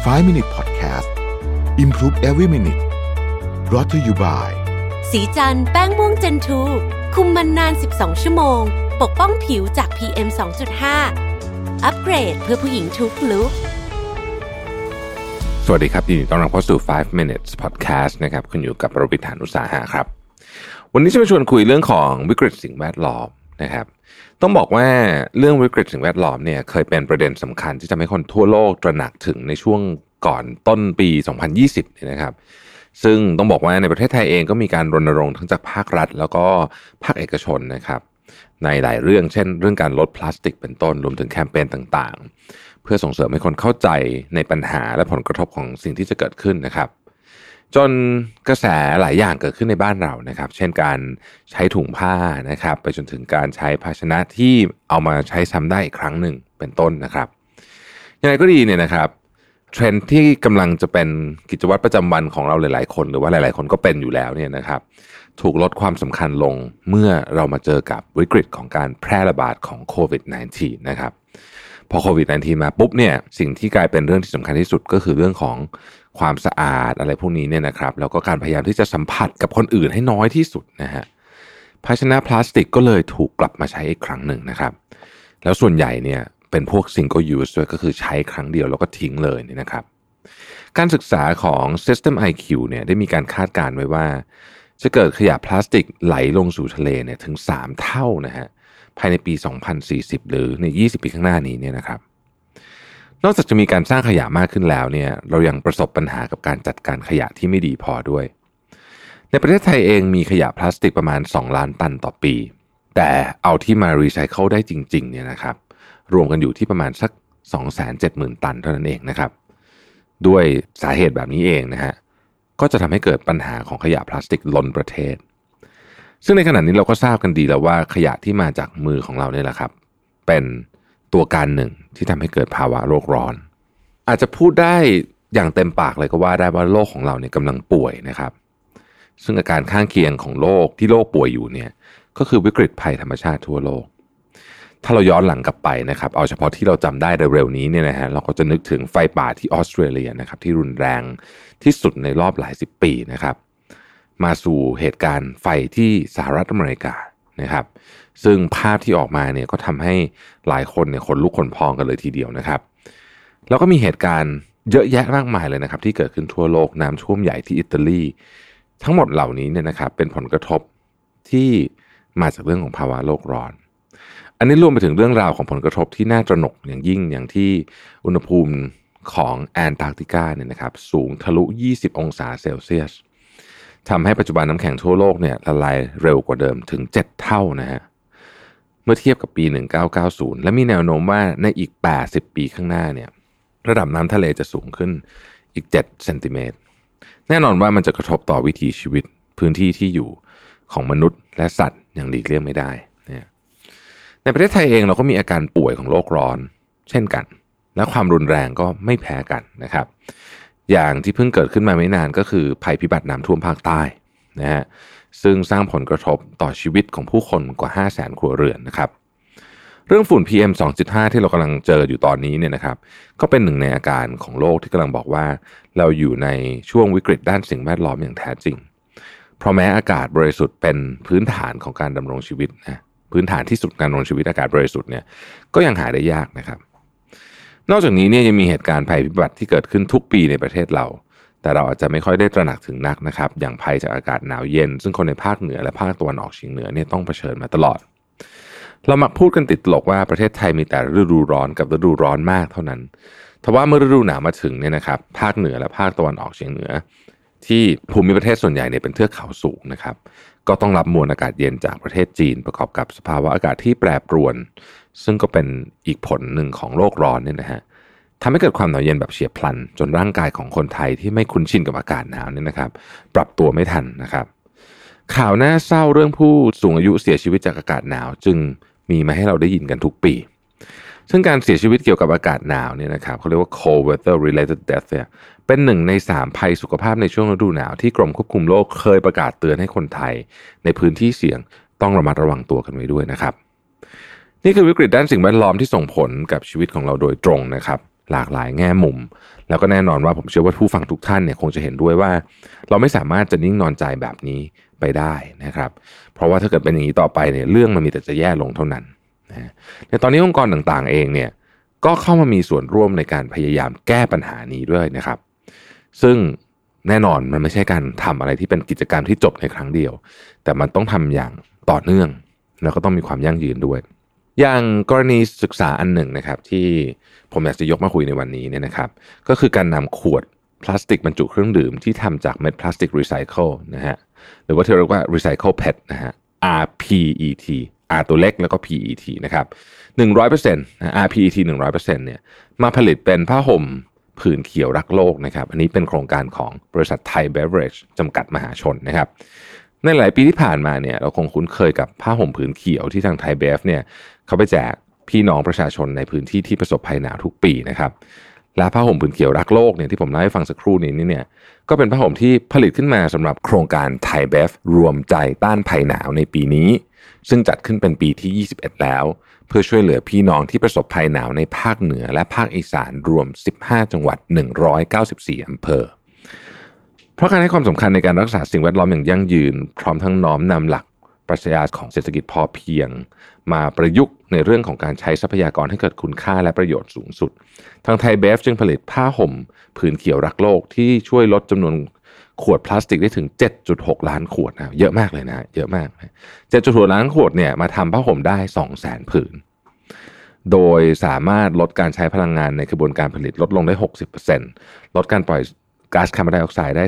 5 Minute Podcast Improve Every Minute brought to you by สีจันแป้งม่วงเจนทูคุมมันนาน12ชั่วโมงปกป้องผิวจาก PM 2.5 อัปเกรดเพื่อผู้หญิงทุกลุคสวัสดีครับยินดีต้อนรับเข้าสู่ 5 Minutes Podcast นะครับคุณอยู่กับโรบิน หาญอุตสาหะครับวันนี้จะมาชวนคุยเรื่องของวิกฤตสิ่งแวดล้อมนะครับต้องบอกว่าเรื่องวิกฤตสิ่งแวดล้อมเนี่ยเคยเป็นประเด็นสำคัญที่ทำให้คนทั่วโลกตระหนักถึงในช่วงก่อนต้นปี 2020 นะครับซึ่งต้องบอกว่าในประเทศไทยเองก็มีการรณรงค์ทั้งจากภาครัฐแล้วก็ภาคเอกชนนะครับในหลายเรื่องเช่นเรื่องการลดพลาสติกเป็นต้นรวมถึงแคมเปญต่างๆเพื่อส่งเสริมให้คนเข้าใจในปัญหาและผลกระทบของสิ่งที่จะเกิดขึ้นนะครับจนกระแสหลายอย่างเกิดขึ้นในบ้านเรานะครับเช่นการใช้ถุงผ้านะครับไปจนถึงการใช้ภาชนะที่เอามาใช้ซ้ำได้อีกครั้งหนึ่งเป็นต้นนะครับยังไงก็ดีเนี่ยนะครับเทรนด์ที่กำลังจะเป็นกิจวัตรประจำวันของเราหลายๆคนหรือว่าหลายๆคนก็เป็นอยู่แล้วเนี่ยนะครับถูกลดความสำคัญลงเมื่อเรามาเจอกับวิกฤตของการแพร่ระบาดของโควิด -19 นะครับพอโควิด -19 มาปุ๊บเนี่ยสิ่งที่กลายเป็นเรื่องที่สำคัญที่สุดก็คือเรื่องของความสะอาดอะไรพวกนี้เนี่ยนะครับแล้วก็การพยายามที่จะสัมผัสกับคนอื่นให้น้อยที่สุดนะฮะภาชนะพลาสติกก็เลยถูกกลับมาใช้อีกครั้งหนึ่งนะครับแล้วส่วนใหญ่เนี่ยเป็นพวก single use ด้วยก็คือใช้ครั้งเดียวแล้วก็ทิ้งเลยเนี่ยนะครับการศึกษาของ System IQ เนี่ยได้มีการคาดการณ์ไว้ว่าจะเกิดขยะพลาสติกไหลลงสู่ทะเลเนี่ยถึง3เท่านะฮะภายในปี2040หรือใน20ปีข้างหน้านี้เนี่ยนะครับนอกจากจะมีการสร้างขยะมากขึ้นแล้วเนี่ยเรายังประสบปัญหากับการจัดการขยะที่ไม่ดีพอด้วยในประเทศไทยเองมีขยะพลาสติกประมาณ2ล้านตันต่อปีแต่เอาที่มารีไซเคิลได้จริงๆเนี่ยนะครับรวมกันอยู่ที่ประมาณสัก 270,000 ตันเท่านั้นเองนะครับด้วยสาเหตุแบบนี้เองนะฮะก็จะทำให้เกิดปัญหาของขยะพลาสติกล้นประเทศซึ่งในขณะนี้เราก็ทราบกันดีแล้วว่าขยะที่มาจากมือของเราเนี่ยแหละครับเป็นตัวการหนึ่งที่ทำให้เกิดภาวะโลกร้อนอาจจะพูดได้อย่างเต็มปากเลยก็ว่าได้ว่าโลกของเราเนี่ยกำลังป่วยนะครับซึ่งอาการข้างเคียงของโลกที่โลกป่วยอยู่เนี่ยก็คือวิกฤตภัยธรรมชาติทั่วโลกถ้าเราย้อนหลังกลับไปนะครับเอาเฉพาะที่เราจำได้เร็วๆนี้เนี่ยนะฮะเราก็จะนึกถึงไฟป่าที่ออสเตรเลียนะครับที่รุนแรงที่สุดในรอบหลายสิบปีนะครับมาสู่เหตุการณ์ไฟที่สหรัฐอเมริกานะครับซึ่งภาพที่ออกมาเนี่ยก็ทำให้หลายคนเนี่ยขนลุกขนพองกันเลยทีเดียวนะครับแล้วก็มีเหตุการณ์เยอะแยะมากมายเลยนะครับที่เกิดขึ้นทั่วโลกน้ำท่วมใหญ่ที่อิตาลีทั้งหมดเหล่านี้เนี่ยนะครับเป็นผลกระทบที่มาจากเรื่องของภาวะโลกร้อนอันนี้รวมไปถึงเรื่องราวของผลกระทบที่น่าตระหนกอย่างยิ่งอย่างที่อุณหภูมิของแอนตาร์กติกาเนี่ยนะครับสูงทะลุ20องศาเซลเซียสทำให้ปัจจุบันน้ำแข็งทั่วโลกเนี่ยละลายเร็วกว่าเดิมถึง7เท่านะฮะเมื่อเทียบกับปี1990และมีแนวโน้มว่าในอีก80ปีข้างหน้าเนี่ยระดับน้ำทะเลจะสูงขึ้นอีก7เซนติเมตรแน่นอนว่ามันจะกระทบต่อวิถีชีวิตพื้นที่ที่อยู่ของมนุษย์และสัตว์อย่างหลีกเลี่ยงไม่ได้นะในประเทศไทยเองเราก็มีอาการป่วยของโลกร้อนเช่นกันและความรุนแรงก็ไม่แพ้กันนะครับอย่างที่เพิ่งเกิดขึ้นมาไม่นานก็คือภัยพิบัติน้ำท่วมภาคใต้นะฮะซึ่งสร้างผลกระทบต่อชีวิตของผู้คนกว่า 500,000 ครัวเรือนนะครับเรื่องฝุ่น PM 2.5 ที่เรากำลังเจออยู่ตอนนี้เนี่ยนะครับก็เป็นหนึ่งในอาการของโลกที่กำลังบอกว่าเราอยู่ในช่วงวิกฤตด้านสิ่งแวดล้อมอย่างแท้จริงเพราะแม้อากาศบริสุทธิ์เป็นพื้นฐานของการดำรงชีวิตนะพื้นฐานที่สุดการดำรงชีวิตอากาศบริสุทธิ์เนี่ยก็ยังหาได้ยากนะครับนอกจากนี้เนี่ยยังมีเหตุการณ์ภัยพิบัติที่เกิดขึ้นทุกปีในประเทศเราแต่เราอาจจะไม่ค่อยได้ตระหนักถึงนักนะครับอย่างภัยจากอากาศหนาวเย็นซึ่งคนในภาคเหนือและภาคตะวันออกเฉียงเหนือเนี่ยต้องเผชิญมาตลอดเรามักพูดกันติดตลกว่าประเทศไทยมีแต่ฤดูร้อนกับฤดูร้อนมากเท่านั้นทว่าเมื่อฤดูหนาวมาถึงเนี่ยนะครับภาคเหนือและภาคตะวันออกเฉียงเหนือที่ภูมิประเทศส่วนใหญ่เนี่ยเป็นเทือกเขาสูงนะครับก็ต้องรับมวลอากาศเย็นจากประเทศจีนประกอบกับสภาวะอากาศที่แปรปรวนซึ่งก็เป็นอีกผลหนึ่งของโลกร้อนเนี่ยนะฮะทำให้เกิดความหนาวเย็นแบบเฉียบพลันจนร่างกายของคนไทยที่ไม่คุ้นชินกับอากาศหนาวเนี่ยนะครับปรับตัวไม่ทันนะครับข่าวน่าเศร้าเรื่องผู้สูงอายุเสียชีวิตจากอากาศหนาวจึงมีมาให้เราได้ยินกันทุกปีซึ่งการเสียชีวิตเกี่ยวกับอากาศหนาวเนี่ยนะครับเขาเรียกว่า cold weather related death เนี่ยเป็น1ใน3ภัยสุขภาพในช่วงฤดูหนาวที่กรมควบคุมโรคเคยประกาศเตือนให้คนไทยในพื้นที่เสี่ยงต้องระมัดระวังตัวกันไว้ด้วยนะครับนี่คือวิกฤตด้านสิ่งแวดล้อมที่ส่งผลกับชีวิตของเราโดยตรงนะครับหลากหลายแง่มุมแล้วก็แน่นอนว่าผมเชื่อว่าผู้ฟังทุกท่านเนี่ยคงจะเห็นด้วยว่าเราไม่สามารถจะนิ่งนอนใจแบบนี้ไปได้นะครับเพราะว่าถ้าเกิดเป็นอย่างนี้ต่อไปเนี่ยเรื่องมันมีแต่จะแย่ลงเท่านั้นนะในตอนนี้องค์กรต่างๆเองเนี่ยก็เข้ามามีส่วนร่วมในการพยายามแก้ปัญหานี้ด้วยนะครับซึ่งแน่นอนมันไม่ใช่การทำอะไรที่เป็นกิจกรรมที่จบในครั้งเดียวแต่มันต้องทำอย่างต่อเนื่องแล้วก็ต้องมีความยั่งยืนด้วยอย่างกรณีศึกษาอันหนึ่งนะครับที่ผมอยากจะยกมาคุยในวันนี้เนี่ยนะครับก็คือการนำขวดพลาสติกบรรจุเครื่องดื่มที่ทำจากเม็ดพลาสติกรีไซเคิลนะฮะหรือว่าที่เรียกว่า Recycle PET นะฮะ RPET R ตัวเล็กแล้วก็ PET นะครับ 100% นะ RPET 100% เนี่ยมาผลิตเป็นผ้าห่มผืนเขียวรักโลกนะครับอันนี้เป็นโครงการของบริษัทไทยเบเวอเรจจำกัดมหาชนนะครับในหลายปีที่ผ่านมาเนี่ยเราคงคุ้นเคยกับผ้าห่มผืนเขียวที่ทางไทยเบฟเนี่ยเขาไปแจกพี่น้องประชาชนในพื้นที่ที่ประสบภัยหนาวทุกปีนะครับและผ้าห่มผืนเขียวรักโลกเนี่ยที่ผมเล่าให้ฟังสักครู่นี้เนี่ยก็เป็นผ้าห่มที่ผลิตขึ้นมาสำหรับโครงการไทยเบฟรวมใจต้านภัยหนาวในปีนี้ซึ่งจัดขึ้นเป็นปีที่21แล้วเพื่อช่วยเหลือพี่น้องที่ประสบภัยหนาวในภาคเหนือและภาคอีสานรวม15จังหวัด194อำเภอเพราะการให้ความสำคัญในการรักษาสิ่งแวดล้อมอย่างยั่งยืนพร้อมทั้งน้อมนำหลักปรัชญาของเศรษฐกิจพอเพียงมาประยุกต์ในเรื่องของการใช้ทรัพยากรให้เกิดคุณค่าและประโยชน์สูงสุดทางไทยเบฟจึงผลิตผ้าห่มผืนเขียวรักโลกที่ช่วยลดจำนวนขวดพลาสติกได้ถึง 7.6 ล้านขวดนะเยอะมากเลยนะเยอะมาก 7.6 ล้านขวดเนี่ยมาทำผ้าห่มได้ 200,000 ผืนโดยสามารถลดการใช้พลังงานในกระบวนการผลิตลดลงได้ 60% ลดการปล่อยก๊าซคาร์บอนไดออกไซด์ได้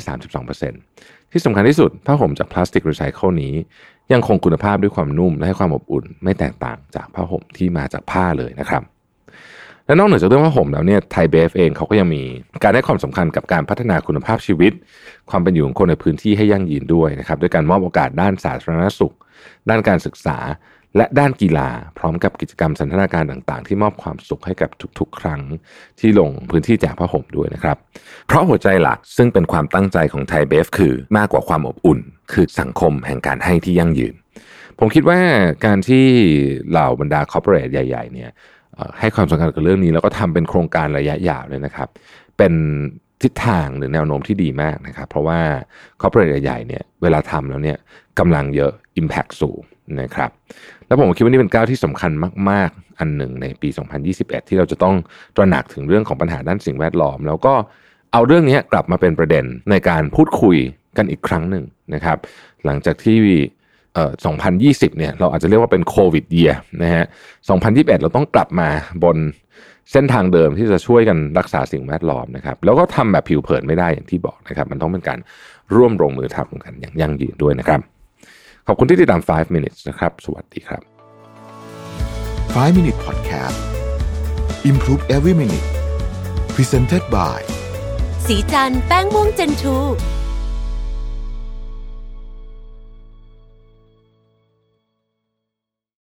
32% ที่สำคัญที่สุดผ้าห่มจากพลาสติกรีไซเคิลนี้ยังคงคุณภาพด้วยความนุ่มและให้ความอบอุ่นไม่แตกต่างจากผ้าห่มที่มาจากผ้าเลยนะครับและนอกเหนือจากเรื่องผ้าห่มแล้วเนี่ยไทยเบฟเองเขาก็ยังมีการให้ความสำคัญกับการพัฒนาคุณภาพชีวิตความเป็นอยู่ของคนในพื้นที่ให้ยั่งยืนด้วยนะครับด้วยการมอบโอกาสด้านสาธารณสุขด้านการศึกษาและด้านกีฬาพร้อมกับกิจกรรมสันทนาการต่างๆที่มอบความสุขให้กับทุกๆครั้งที่ลงพื้นที่แจกผ้าห่มด้วยนะครับเพราะหัวใจหลักซึ่งเป็นความตั้งใจของไทยเบฟคือมากกว่าความอบอุ่นคือสังคมแห่งการให้ที่ยั่งยืนผมคิดว่าการที่เหล่าบรรดาคอร์ปอเรทใหญ่ๆเนี่ยให้ความสำคัญกับเรื่องนี้แล้วก็ทำเป็นโครงการระยะยาวเลยนะครับเป็นทิศทางหรือแนวโน้มที่ดีมากนะครับเพราะว่าคอร์ปอเรทใหญ่ๆเนี่ยเวลาทำแล้วเนี่ยกำลังเยอะ impact สูงนะครับแล้วผมคิดว่านี่เป็นก้าวที่สำคัญมากๆอันหนึ่งในปี 2021 ที่เราจะต้องตระหนักถึงเรื่องของปัญหาด้านสิ่งแวดล้อมแล้วก็เอาเรื่องนี้กลับมาเป็นประเด็นในการพูดคุยกันอีกครั้งหนึ่งนะครับหลังจากที่2020 เนี่ยเราอาจจะเรียกว่าเป็นโควิดเยียร์นะฮะ 2021 เราต้องกลับมาบนเส้นทางเดิมที่จะช่วยกันรักษาสิ่งแวดล้อมนะครับแล้วก็ทำแบบผิวเผินไม่ได้อย่างที่บอกนะครับมันต้องเป็นการร่วมลงมือทำกันอย่างยั่งยืนด้วยนะครับขอบคุณที่ติดตาม 5 minutes นะครับสวัสดีครับ 5 minute podcast improve every minute presented by สีจันทร์แป้งม่วงเจนทู